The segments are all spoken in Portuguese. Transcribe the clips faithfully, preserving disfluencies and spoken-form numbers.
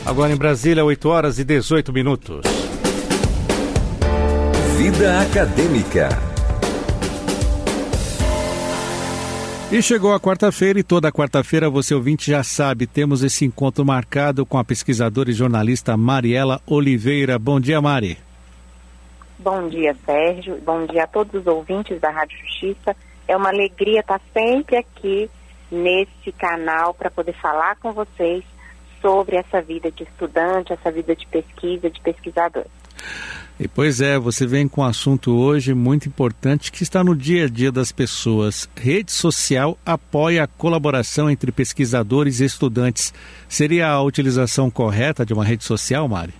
Agora em Brasília, oito horas e dezoito minutos. Vida Acadêmica. E chegou a quarta-feira e toda quarta-feira, você ouvinte já sabe, temos esse encontro marcado com a pesquisadora e jornalista Mariela Oliveira. Bom dia, Mari. Bom dia, Sérgio. Bom dia a todos os ouvintes da Rádio Justiça. É uma alegria estar sempre aqui nesse canal para poder falar com vocês sobre essa vida de estudante, essa vida de pesquisa, de pesquisador. E pois é, você vem com um assunto hoje muito importante que está no dia a dia das pessoas. Rede social apoia a colaboração entre pesquisadores e estudantes. Seria a utilização correta de uma rede social, Mari?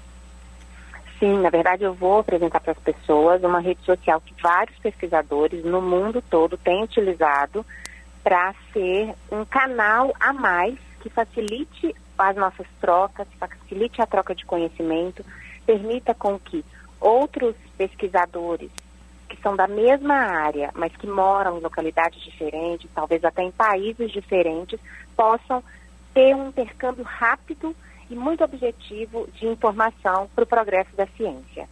Sim, na verdade eu vou apresentar para as pessoas uma rede social que vários pesquisadores no mundo todo têm utilizado para ser um canal a mais que facilite as nossas trocas, facilite a troca de conhecimento, permita com que outros pesquisadores que são da mesma área, mas que moram em localidades diferentes, talvez até em países diferentes, possam ter um intercâmbio rápido e muito objetivo de informação para o progresso da ciência.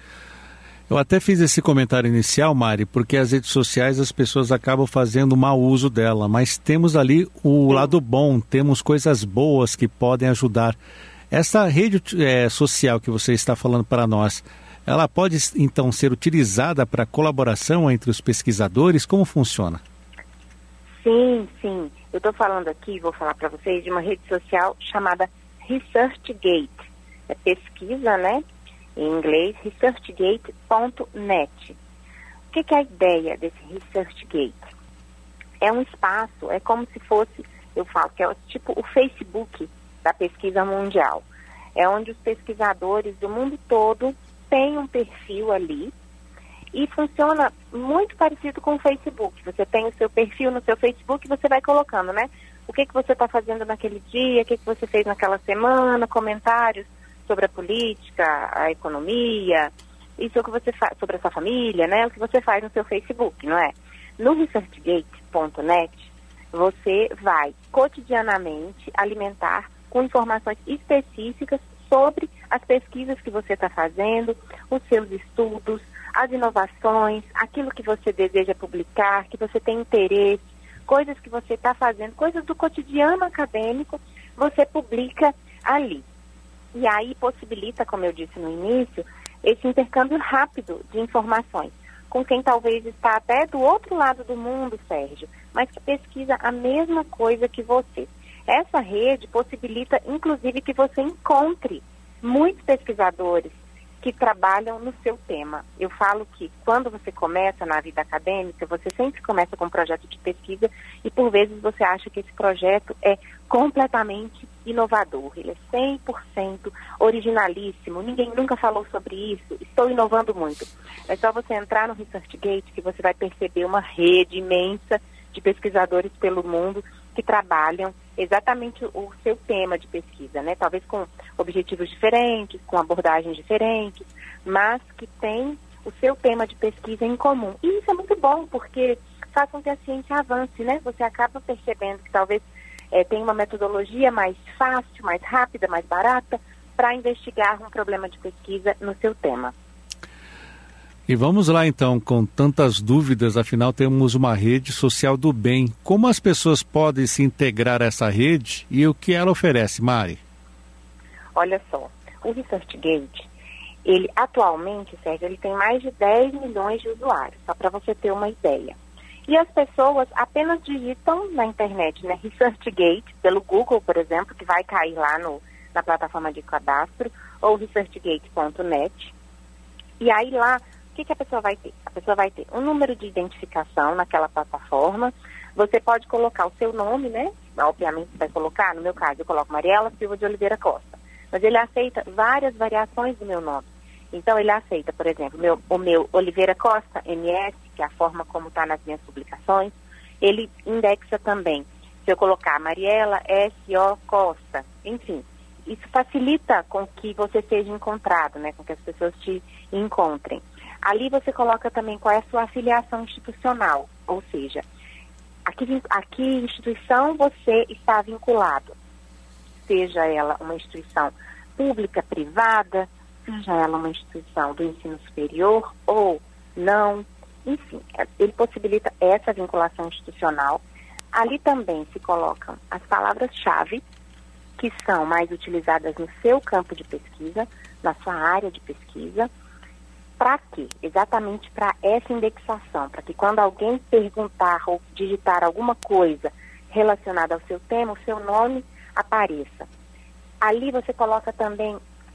Eu até fiz esse comentário inicial, Mari, porque as redes sociais as pessoas acabam fazendo mau uso dela, mas temos ali o Sim. lado bom, temos coisas boas que podem ajudar. Essa rede é, social que você está falando para nós, ela pode então ser utilizada para colaboração entre os pesquisadores? Como funciona? Sim, sim. Eu estou falando aqui, vou falar para vocês, de uma rede social chamada ResearchGate. É pesquisa, né? Em inglês, researchgate ponto net. O que, que é a ideia desse ResearchGate? É um espaço, é como se fosse, eu falo que é tipo o Facebook da pesquisa mundial. É onde os pesquisadores do mundo todo têm um perfil ali e funciona muito parecido com o Facebook. Você tem o seu perfil no seu Facebook e você vai colocando, né? O que, que você está fazendo naquele dia, o que, que você fez naquela semana, comentários sobre a política, a economia, isso é o que você faz, sobre a sua família, né? O que você faz no seu Facebook, não é? No researchgate ponto net, você vai cotidianamente alimentar com informações específicas sobre as pesquisas que você está fazendo, os seus estudos, as inovações, aquilo que você deseja publicar, que você tem interesse, coisas que você está fazendo, coisas do cotidiano acadêmico, você publica ali. E aí possibilita, como eu disse no início, esse intercâmbio rápido de informações com quem talvez está até do outro lado do mundo, Sérgio, mas que pesquisa a mesma coisa que você. Essa rede possibilita, inclusive, que você encontre muitos pesquisadores que trabalham no seu tema. Eu falo que quando você começa na vida acadêmica, você sempre começa com um projeto de pesquisa e por vezes você acha que esse projeto é completamente inovador, ele é cem por cento originalíssimo, ninguém nunca falou sobre isso, estou inovando muito. É só você entrar no ResearchGate que você vai perceber uma rede imensa de pesquisadores pelo mundo que trabalham exatamente o seu tema de pesquisa, né? Talvez com objetivos diferentes, com abordagens diferentes, mas que tem o seu tema de pesquisa em comum. E isso é muito bom, porque faz com que a ciência avance, né? Você acaba percebendo que talvez é, tem uma metodologia mais fácil, mais rápida, mais barata, para investigar um problema de pesquisa no seu tema. E vamos lá então, com tantas dúvidas, afinal temos uma rede social do bem. Como as pessoas podem se integrar a essa rede e o que ela oferece, Mari? Olha só, o ResearchGate, ele atualmente, Sérgio, ele tem mais de dez milhões de usuários, só para você ter uma ideia. E as pessoas apenas digitam na internet, né, ResearchGate, pelo Google, por exemplo, que vai cair lá no, na plataforma de cadastro, ou researchgate ponto net. E aí lá, o que, que a pessoa vai ter? A pessoa vai ter um número de identificação naquela plataforma. Você pode colocar o seu nome, né? Obviamente você vai colocar, no meu caso, eu coloco Mariela Silva de Oliveira Costa. Mas ele aceita várias variações do meu nome. Então ele aceita, por exemplo, meu, o meu Oliveira Costa M S, que é a forma como está nas minhas publicações. Ele indexa também, se eu colocar Mariela S O Costa, enfim. Isso facilita com que você seja encontrado, né? Com que as pessoas te encontrem. Ali você coloca também qual é a sua afiliação institucional, ou seja, a que, a que instituição você está vinculado. seja ela uma instituição pública, privada, seja ela uma instituição do ensino superior ou não. Enfim, ele possibilita essa vinculação institucional. Ali também se colocam as palavras-chave que são mais utilizadas no seu campo de pesquisa, na sua área de pesquisa. Para quê? Exatamente para essa indexação, para que quando alguém perguntar ou digitar alguma coisa relacionada ao seu tema, o seu nome apareça. Ali você coloca também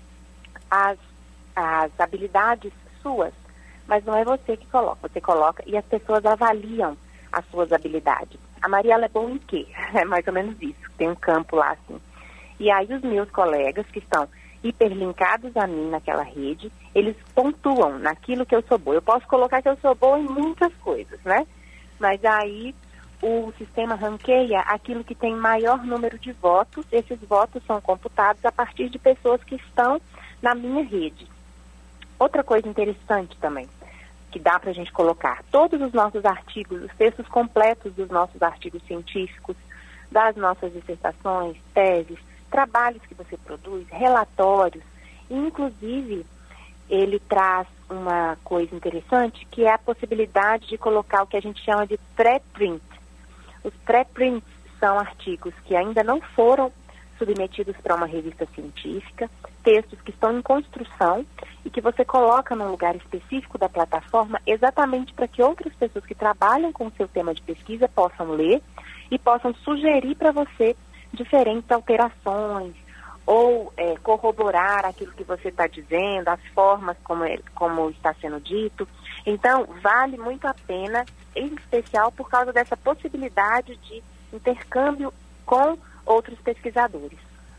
as, as habilidades suas, mas não é você que coloca, você coloca e as pessoas avaliam as suas habilidades. A Mariela é boa em quê? É mais ou menos isso, tem um campo lá assim. E aí os meus colegas que estão hiperlinkados a mim naquela rede, eles pontuam naquilo que eu sou boa. Eu posso colocar que eu sou boa em muitas coisas, né? Mas aí o sistema ranqueia aquilo que tem maior número de votos. Esses votos são computados a partir de pessoas que estão na minha rede. Outra coisa interessante também, que dá para a gente colocar, todos os nossos artigos, os textos completos dos nossos artigos científicos, das nossas dissertações, teses, trabalhos que você produz, relatórios, inclusive ele traz uma coisa interessante, que é a possibilidade de colocar o que a gente chama de pré-print. Os pré-prints são artigos que ainda não foram submetidos para uma revista científica, textos que estão em construção e que você coloca num lugar específico da plataforma exatamente para que outras pessoas que trabalham com o seu tema de pesquisa possam ler e possam sugerir para você diferentes alterações ou é, corroborar aquilo que você está dizendo, as formas como, é, como está sendo dito. Então, vale muito a pena, em especial por causa dessa possibilidade de intercâmbio com outros pesquisadores.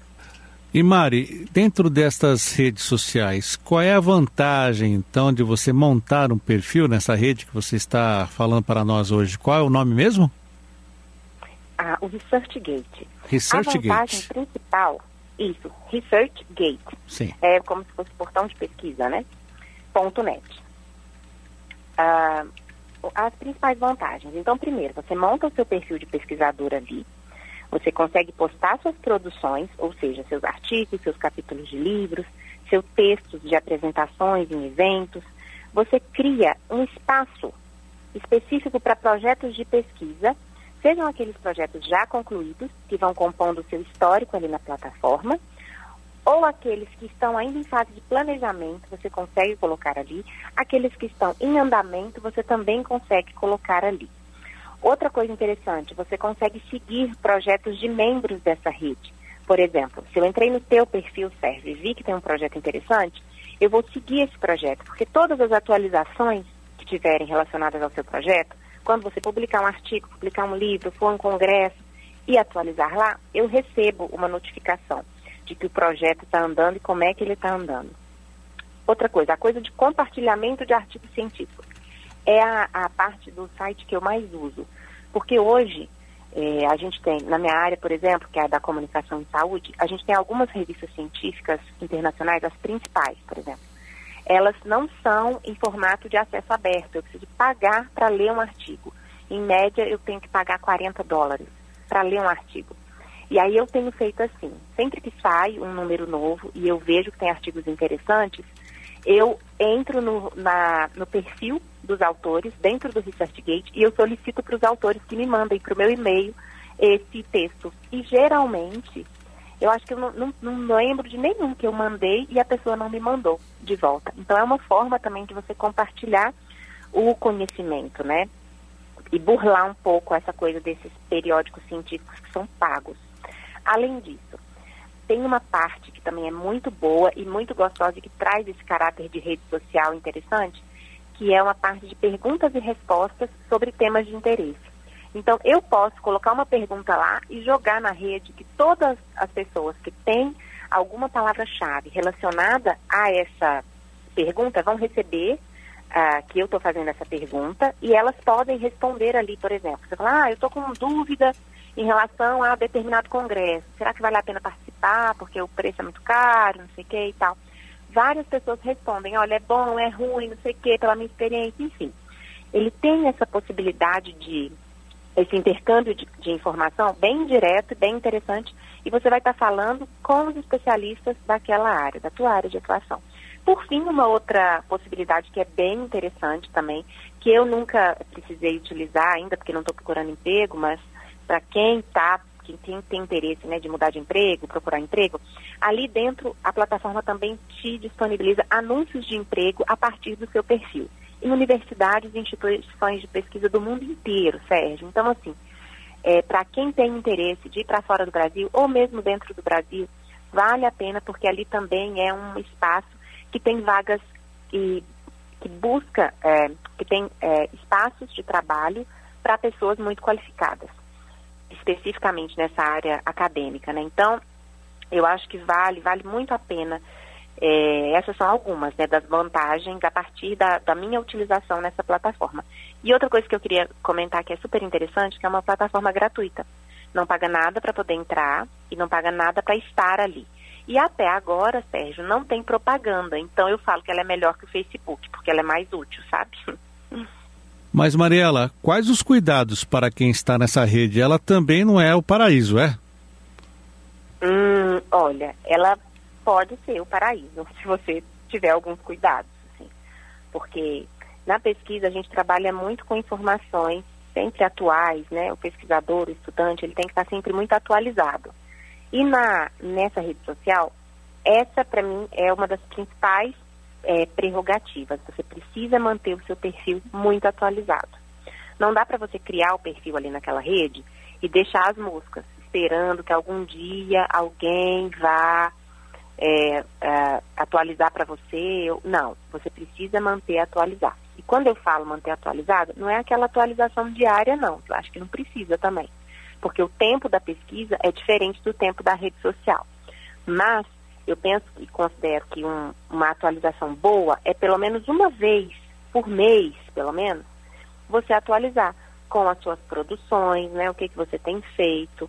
E Mari, dentro destas redes sociais, qual é a vantagem, então, de você montar um perfil nessa rede que você está falando para nós hoje? Qual é o nome mesmo? Ah, o ResearchGate. ResearchGate. A vantagem principal, isso, ResearchGate. Sim. É como se fosse portão de pesquisa, né? Ponto net. Ah, as principais vantagens. Então, primeiro, você monta o seu perfil de pesquisador ali. Você consegue postar suas produções, ou seja, seus artigos, seus capítulos de livros, seus textos de apresentações em eventos. Você cria um espaço específico para projetos de pesquisa, sejam aqueles projetos já concluídos, que vão compondo o seu histórico ali na plataforma, ou aqueles que estão ainda em fase de planejamento, você consegue colocar ali. Aqueles que estão em andamento, você também consegue colocar ali. Outra coisa interessante, você consegue seguir projetos de membros dessa rede. Por exemplo, se eu entrei no teu perfil, Sérgio, e vi que tem um projeto interessante, eu vou seguir esse projeto, porque todas as atualizações que tiverem relacionadas ao seu projeto, quando você publicar um artigo, publicar um livro, for um congresso e atualizar lá, eu recebo uma notificação de que o projeto está andando e como é que ele está andando. Outra coisa, a coisa de compartilhamento de artigos científicos. É a, a parte do site que eu mais uso, porque hoje é, a gente tem, na minha área, por exemplo, que é a da comunicação em saúde, a gente tem algumas revistas científicas internacionais, as principais, por exemplo. Elas não são em formato de acesso aberto, eu preciso pagar para ler um artigo. Em média, eu tenho que pagar quarenta dólares para ler um artigo. E aí eu tenho feito assim, sempre que sai um número novo e eu vejo que tem artigos interessantes, eu entro no, na, no perfil dos autores, dentro do ResearchGate, e eu solicito para os autores que me mandem para o meu e-mail esse texto. E geralmente, eu acho que eu não, não, não lembro de nenhum que eu mandei e a pessoa não me mandou de volta. Então é uma forma também de você compartilhar o conhecimento, né? E burlar um pouco essa coisa desses periódicos científicos que são pagos. Além disso, tem uma parte que também é muito boa e muito gostosa e que traz esse caráter de rede social interessante, que é uma parte de perguntas e respostas sobre temas de interesse. Então, eu posso colocar uma pergunta lá e jogar na rede que todas as pessoas que têm alguma palavra-chave relacionada a essa pergunta vão receber uh, que eu estou fazendo essa pergunta e elas podem responder ali, por exemplo. Você fala, ah, eu estou com dúvida em relação a determinado congresso. Será que vale a pena participar porque o preço é muito caro, não sei o que e tal. Várias pessoas respondem, olha, é bom, é ruim, não sei o que, pela minha experiência, enfim. Ele tem essa possibilidade de, esse intercâmbio de, de informação bem direto e bem interessante e você vai estar falando com os especialistas daquela área, da tua área de atuação. Por fim, uma outra possibilidade que é bem interessante também, que eu nunca precisei utilizar ainda, porque não estou procurando emprego, mas para quem está, quem tem, tem interesse, né, de mudar de emprego, procurar emprego, ali dentro a plataforma também te disponibiliza anúncios de emprego a partir do seu perfil. Em universidades e instituições de pesquisa do mundo inteiro, Sérgio. Então, assim, é, para quem tem interesse de ir para fora do Brasil, ou mesmo dentro do Brasil, vale a pena, porque ali também é um espaço que tem vagas e que busca, é, que tem é, espaços de trabalho para pessoas muito qualificadas, especificamente nessa área acadêmica, né? Então, eu acho que vale, vale muito a pena. É, essas são algumas, né, das vantagens a partir da, da minha utilização nessa plataforma. E outra coisa que eu queria comentar que é super interessante, que é uma plataforma gratuita. Não paga nada para poder entrar e não paga nada para estar ali. E até agora, Sérgio, não tem propaganda. Então eu falo que ela é melhor que o Facebook, porque ela é mais útil, sabe? Mas, Mariela, quais os cuidados para quem está nessa rede? Ela também não é o paraíso, é? Hum, olha, ela pode ser o paraíso, se você tiver alguns cuidados, assim. Porque na pesquisa a gente trabalha muito com informações sempre atuais, né? O pesquisador, o estudante, ele tem que estar sempre muito atualizado. E na, nessa rede social, essa para mim é uma das principais é, prerrogativas. Você precisa manter o seu perfil muito atualizado. Não dá para você criar o perfil ali naquela rede e deixar as moscas, esperando que algum dia alguém vá é, é, atualizar para você. Não, você precisa manter atualizado. E quando eu falo manter atualizado, não é aquela atualização diária, não. Eu acho que não precisa também. Porque o tempo da pesquisa é diferente do tempo da rede social. Mas eu penso e considero que um, uma atualização boa é pelo menos uma vez por mês, pelo menos, você atualizar com as suas produções, né, o que, que você tem feito,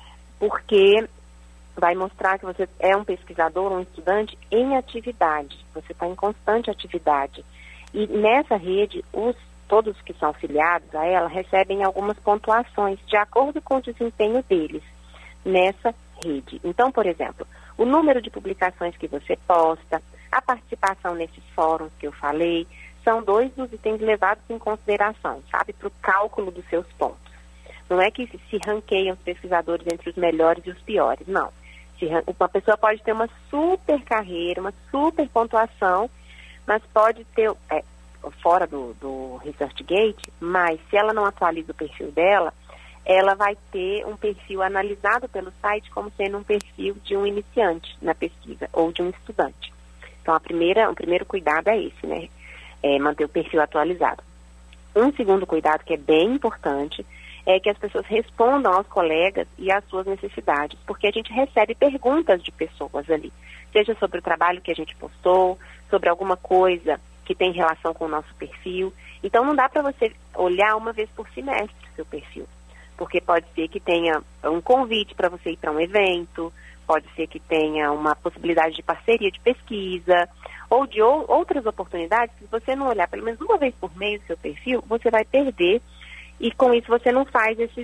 porque vai mostrar que você é um pesquisador, um estudante em atividade, você está em constante atividade. E nessa rede, os todos que são afiliados a ela recebem algumas pontuações de acordo com o desempenho deles nessa rede. Então, por exemplo, o número de publicações que você posta, a participação nesses fóruns que eu falei, são dois dos itens levados em consideração, sabe, para o cálculo dos seus pontos. Não é que se ranqueiam os pesquisadores entre os melhores e os piores, não. Se, uma pessoa pode ter uma super carreira, uma super pontuação, mas pode ter... É, fora do, do ResearchGate, mas se ela não atualiza o perfil dela, ela vai ter um perfil analisado pelo site como sendo um perfil de um iniciante na pesquisa ou de um estudante. Então, a primeira, o primeiro cuidado é esse, né? É manter o perfil atualizado. Um segundo cuidado que é bem importante é que as pessoas respondam aos colegas e às suas necessidades, porque a gente recebe perguntas de pessoas ali, seja sobre o trabalho que a gente postou, sobre alguma coisa que tem relação com o nosso perfil. Então não dá para você olhar uma vez por semestre o seu perfil, porque pode ser que tenha um convite para você ir para um evento, pode ser que tenha uma possibilidade de parceria de pesquisa, ou de ou, outras oportunidades que se você não olhar pelo menos uma vez por mês o seu perfil, você vai perder, e com isso você não faz esses...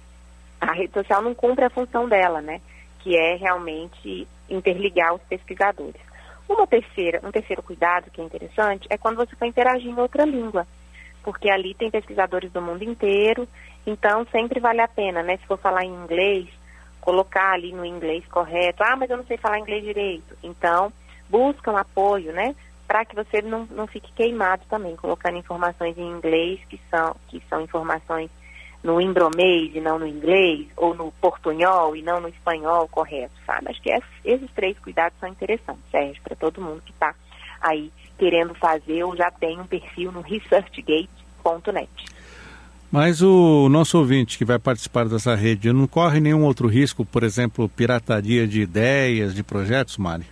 A rede social não cumpre a função dela, né? Que é realmente interligar os pesquisadores. Uma terceira, um terceiro cuidado que é interessante é quando você for interagir em outra língua, porque ali tem pesquisadores do mundo inteiro, então sempre vale a pena, né? Se for falar em inglês, colocar ali no inglês correto. Ah, mas eu não sei falar inglês direito. Então, busca um apoio, né? Para que você não, não fique queimado também, colocando informações em inglês que são, que são informações no imbromês e não no inglês, ou no portunhol e não no espanhol correto, sabe? Acho que esses, esses três cuidados são interessantes, Sérgio, para todo mundo que está aí querendo fazer ou já tem um perfil no researchgate ponto net. Mas o nosso ouvinte que vai participar dessa rede não corre nenhum outro risco, por exemplo, pirataria de ideias, de projetos, Mari?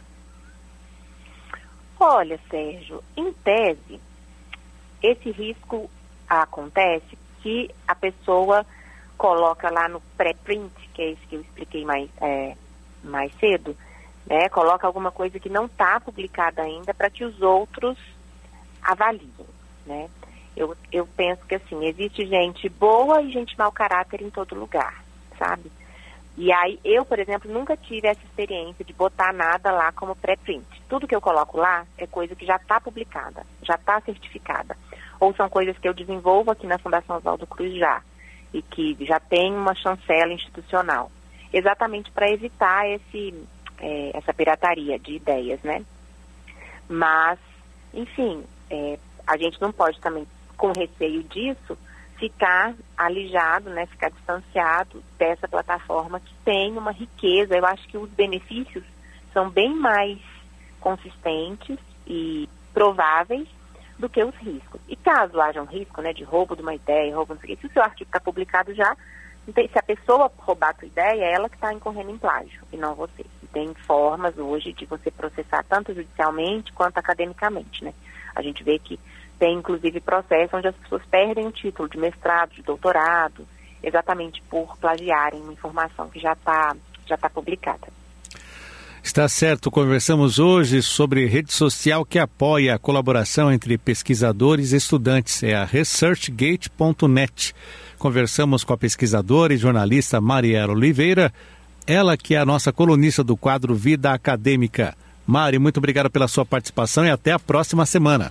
Olha, Sérgio, em tese, esse risco acontece que a pessoa coloca lá no pré-print, que é esse que eu expliquei mais, é, mais cedo, né? Coloca alguma coisa que não está publicada ainda para que os outros avaliem, né? Eu, eu penso que, assim, existe gente boa e gente mau caráter em todo lugar, sabe? E aí, eu, por exemplo, nunca tive essa experiência de botar nada lá como pré-print. Tudo que eu coloco lá é coisa que já está publicada, já está certificada. Ou são coisas que eu desenvolvo aqui na Fundação Oswaldo Cruz já, e que já tem uma chancela institucional. Exatamente para evitar esse, é, essa pirataria de ideias, né? Mas, enfim, é, a gente não pode também, com receio disso, ficar alijado, né, ficar distanciado dessa plataforma que tem uma riqueza. Eu acho que os benefícios são bem mais consistentes e prováveis do que os riscos. E caso haja um risco, né, de roubo de uma ideia, roubo não sei o que, se o seu artigo está publicado já, se a pessoa roubar a tua ideia, é ela que está incorrendo em plágio, e não você. E tem formas hoje de você processar tanto judicialmente quanto academicamente, né? A gente vê que tem, inclusive, processo onde as pessoas perdem o título de mestrado, de doutorado, exatamente por plagiarem uma informação que já está já tá publicada. Está certo, conversamos hoje sobre rede social que apoia a colaboração entre pesquisadores e estudantes, é a researchgate ponto net. Conversamos com a pesquisadora e jornalista Mariela Oliveira, ela que é a nossa colunista do quadro Vida Acadêmica. Mari, muito obrigado pela sua participação e até a próxima semana.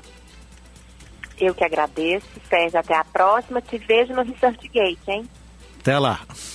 Eu que agradeço, Sérgio. Até a próxima. Te vejo no ResearchGate, hein? Até lá.